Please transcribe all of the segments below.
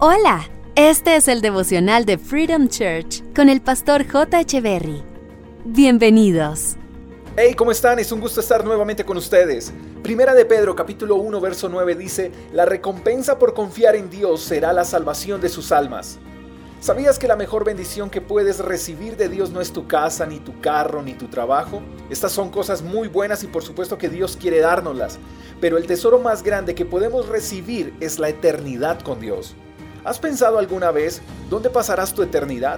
Hola, este es el devocional de Freedom Church con el pastor J. Berry. Bienvenidos. Hey, ¿cómo están? Es un gusto estar nuevamente con ustedes. Primera de Pedro, capítulo 1, verso 9 dice: la recompensa por confiar en Dios será la salvación de sus almas. ¿Sabías que la mejor bendición que puedes recibir de Dios no es tu casa, ni tu carro, ni tu trabajo? Estas son cosas muy buenas y por supuesto que Dios quiere dárnoslas. Pero el tesoro más grande que podemos recibir es la eternidad con Dios. ¿Has pensado alguna vez dónde pasarás tu eternidad?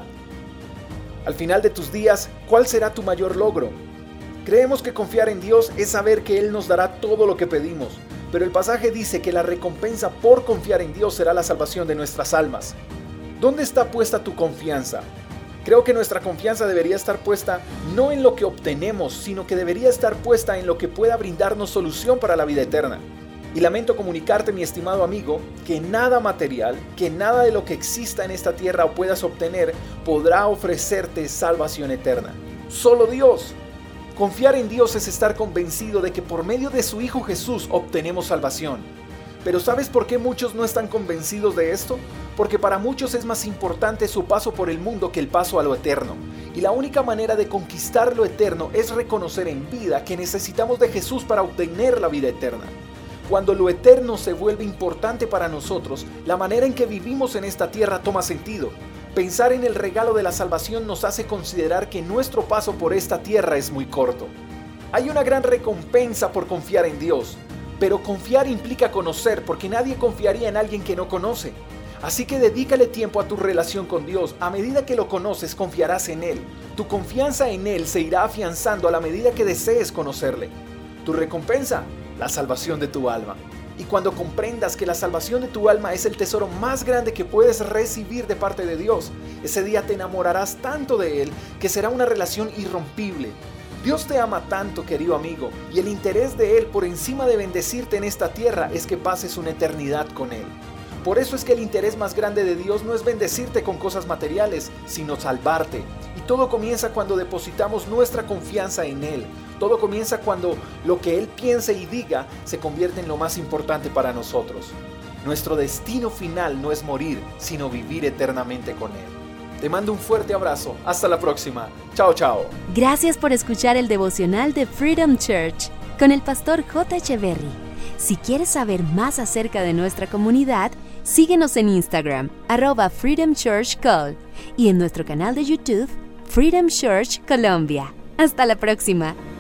Al final de tus días, ¿cuál será tu mayor logro? Creemos que confiar en Dios es saber que Él nos dará todo lo que pedimos, pero el pasaje dice que la recompensa por confiar en Dios será la salvación de nuestras almas. ¿Dónde está puesta tu confianza? Creo que nuestra confianza debería estar puesta no en lo que obtenemos, sino que debería estar puesta en lo que pueda brindarnos solución para la vida eterna. Y lamento comunicarte, mi estimado amigo, que nada material, que nada de lo que exista en esta tierra o puedas obtener podrá ofrecerte salvación eterna. Solo Dios. Confiar en Dios es estar convencido de que por medio de su Hijo Jesús obtenemos salvación. Pero ¿sabes por qué muchos no están convencidos de esto? Porque para muchos es más importante su paso por el mundo que el paso a lo eterno. Y la única manera de conquistar lo eterno es reconocer en vida que necesitamos de Jesús para obtener la vida eterna. Cuando lo eterno se vuelve importante para nosotros, la manera en que vivimos en esta tierra toma sentido. Pensar en el regalo de la salvación nos hace considerar que nuestro paso por esta tierra es muy corto. Hay una gran recompensa por confiar en Dios, pero confiar implica conocer, porque nadie confiaría en alguien que no conoce. Así que dedícale tiempo a tu relación con Dios. A medida que lo conoces, confiarás en Él. Tu confianza en Él se irá afianzando a la medida que desees conocerle. Tu recompensa, la salvación de tu alma. Y cuando comprendas que la salvación de tu alma es el tesoro más grande que puedes recibir de parte de Dios, ese día te enamorarás tanto de Él que será una relación irrompible. Dios te ama tanto, querido amigo, y el interés de Él por encima de bendecirte en esta tierra es que pases una eternidad con Él. Por eso es que el interés más grande de Dios no es bendecirte con cosas materiales, sino salvarte. Y todo comienza cuando depositamos nuestra confianza en Él. Todo comienza cuando lo que Él piense y diga se convierte en lo más importante para nosotros. Nuestro destino final no es morir, sino vivir eternamente con Él. Te mando un fuerte abrazo. Hasta la próxima. Chao, chao. Gracias por escuchar el devocional de Freedom Church con el pastor J. Berry. Si quieres saber más acerca de nuestra comunidad, síguenos en Instagram, @Freedom Church Call, y en nuestro canal de YouTube, Freedom Church Colombia. Hasta la próxima.